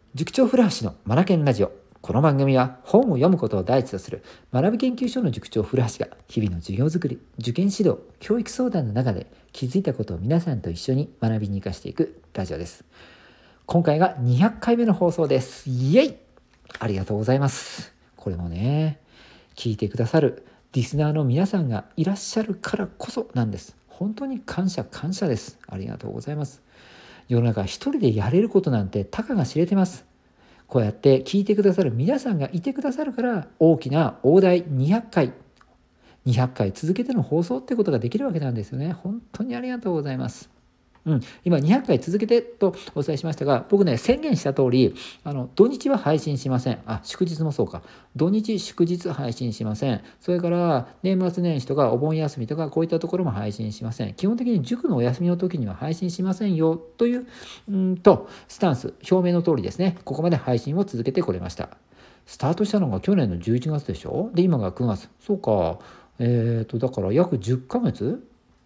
塾長古橋のマナケンラジオ。この番組は本を読むことを第一とする学び研究所の塾長古橋が日々の授業づくり、受験指導、教育相談の中で気づいたことを皆さんと一緒に学びに生かしていくラジオです。今回が200回目の放送です。イエイ、ありがとうございます。これもね、聞いてくださるリスナーの皆さんがいらっしゃるからこそなんです。本当に感謝です。ありがとうございます。世の中一人でやれることなんてたかが知れてます。こうやって聞いてくださる皆さんがいてくださるから大きな大台200回続けての放送ってことができるわけなんですよね。本当にありがとうございます。今200回続けてとお伝えしましたが、僕ね宣言した通り土日は配信しません。祝日もそうか。土日祝日配信しません。それから年末年始とかお盆休みとかこういったところも配信しません。基本的に塾のお休みの時には配信しませんよというスタンス、表明の通りですね。ここまで配信を続けてこれました。スタートしたのが去年の11月でしょ。で今が9月。そうか。だから約10ヶ月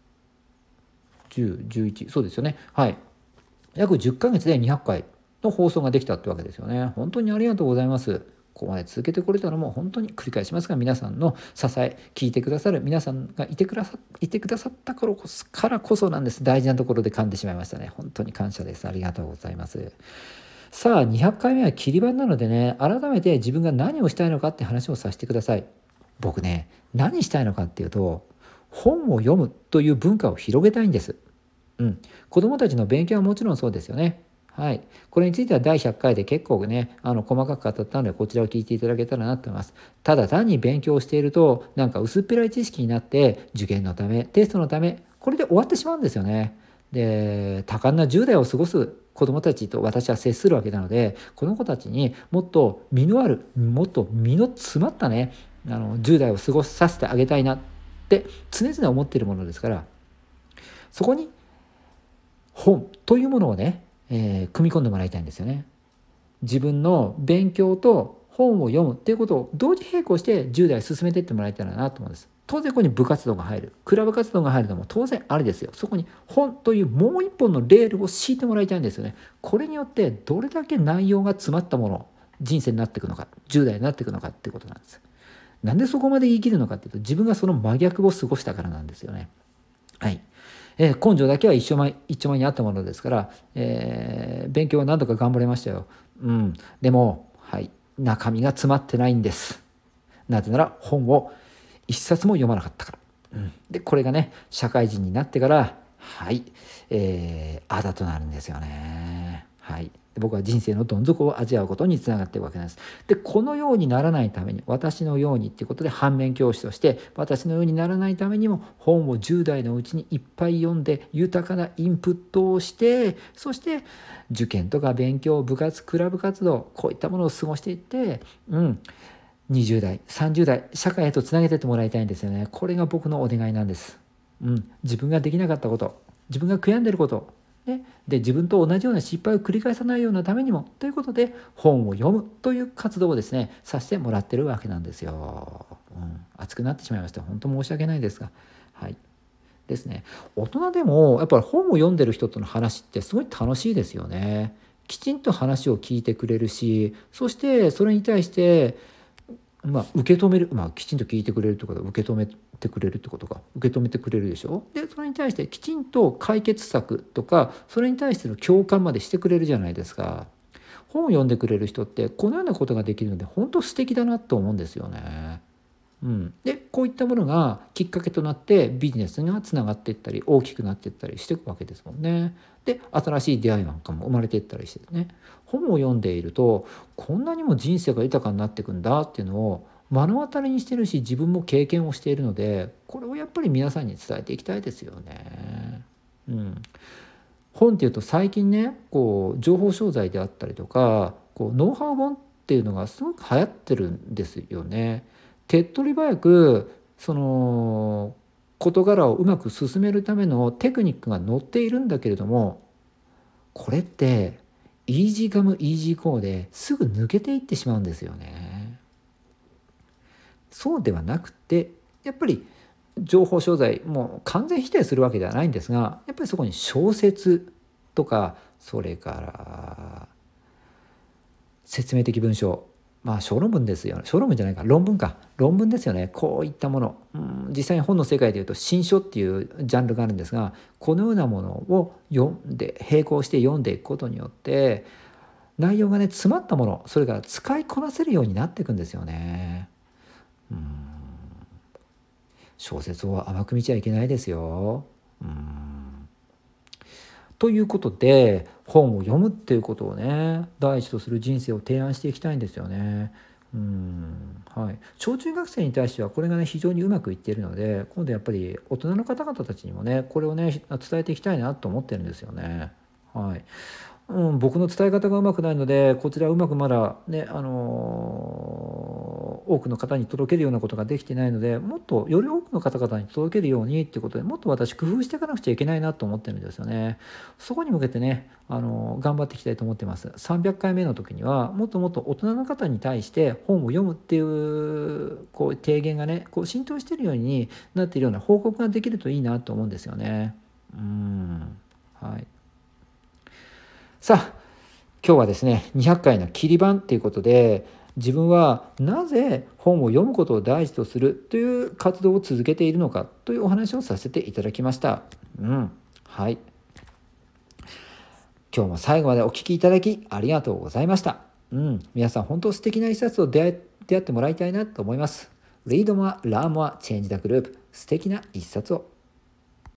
10、11、そうですよね。はい。約10ヶ月で200回の放送ができたってわけですよね。本当にありがとうございます。ここまで続けてこれたのも本当に繰り返しますが、皆さんの支え、聞いてくださる皆さんがいてくださったからこそなんです。大事なところで噛んでしまいましたね。本当に感謝です。ありがとうございます。さあ、200回目は切り板なのでね、改めて自分が何をしたいのかって話をさせてください。僕ね、何したいのかっていうと、本を読むという文化を広げたいんです。子どもたちの勉強はもちろんそうですよね。はい、これについては第100回で結構ね細かく語ったのでこちらを聞いていただけたらなと思います。ただ単に勉強しているとなんか薄っぺらい知識になって受験のためテストのためこれで終わってしまうんですよね。で多感な10代を過ごす子どもたちと私は接するわけなので、この子たちにもっと身のあるもっと身の詰まったね10代を過ごさせてあげたいなって常々思っているものですから、そこに本というものをね、組み込んでもらいたいんですよね。自分の勉強と本を読むっていうことを同時並行して10代進めていってもらえたらなと思うんです。当然ここに部活動が入る、クラブ活動が入るのも当然ありですよ。そこに本というもう一本のレールを敷いてもらいたいんですよね。これによってどれだけ内容が詰まったもの、人生になっていくのか、10代になっていくのかっていうことなんです。なんでそこまで言い切るのかっていうと、自分がその真逆を過ごしたからなんですよね。はい。根性だけは一丁前にあったものですから、勉強は何とか頑張れましたよ。でも、はい、中身が詰まってないんです。なぜなら本を一冊も読まなかったから。でこれがね社会人になってからあだとなるんですよね。はい。僕は人生のどん底を味わうことにつながっているわけなんです。でこのようにならないために、私のようにっていうことで反面教師として私のようにならないためにも本を10代のうちにいっぱい読んで豊かなインプットをして、そして受験とか勉強、部活、クラブ活動、こういったものを過ごしていって20代30代社会へとつなげてってもらいたいんですよね。これが僕のお願いなんです。自分ができなかったこと、自分が悔やんでること、ね、で自分と同じような失敗を繰り返さないようなためにもということで本を読むという活動をですねさせてもらってるわけなんですよ。熱くなってしまいました。本当申し訳ないですが、はいですね。大人でもやっぱり本を読んでる人との話ってすごい楽しいですよね。きちんと話を聞いてくれるし、そしてそれに対して受け止める、きちんと聞いてくれるってことは受け止めてくれるってことか、受け止めてくれるでしょ。でそれに対してきちんと解決策とかそれに対しての共感までしてくれるじゃないですか。本を読んでくれる人ってこのようなことができるので本当素敵だなと思うんですよね。でこういったものがきっかけとなってビジネスがつながっていったり大きくなっていったりしていくわけですもんね。で新しい出会いなんかも生まれていったりしてね、本を読んでいるとこんなにも人生が豊かになっていくんだっていうのを目の当たりにしてるし、自分も経験をしているのでこれをやっぱり皆さんに伝えていきたいですよね。本っていうと最近ね情報商材であったりとかノウハウ本っていうのがすごく流行ってるんですよね。手っ取り早くその事柄をうまく進めるためのテクニックが載っているんだけれども、これってイージーカムイージーゴーですぐ抜けていってしまうんですよね。そうではなくてやっぱり情報商材もう完全否定するわけではないんですが、やっぱりそこに小説とかそれから説明的文章、小論文ですよね。小論文じゃないか、論文ですよね。こういったもの、実際に本の世界でいうと新書っていうジャンルがあるんですが、このようなものを読んで並行して読んでいくことによって内容がね詰まったもの、それから使いこなせるようになっていくんですよね。小説を甘く見ちゃいけないですよ。ということで本を読むっていうことをね第一とする人生を提案していきたいんですよね。はい、小中学生に対してはこれがね非常にうまくいっているので、今度やっぱり大人の方々たちにもねこれをね伝えていきたいなと思ってるんですよね。はい。僕の伝え方がうまくないのでこちらうまくまだね、多くの方に届けるようなことができてないので、もっとより多くの方々に届けるようにっていうことでもっと私工夫していかなくちゃいけないなと思ってるんですよね。そこに向けてね頑張っていきたいと思ってます。300回目の時にはもっともっと大人の方に対して本を読むっていう提言がね浸透しているようになっているような報告ができるといいなと思うんですよね。はい。さあ今日はですね200回の切り番ということで、自分はなぜ本を読むことを第一とするという活動を続けているのかというお話をさせていただきました。はい。今日も最後までお聞きいただきありがとうございました。皆さん本当素敵な一冊を出会ってもらいたいなと思います。Read more, learn more, change the group。素敵な一冊を。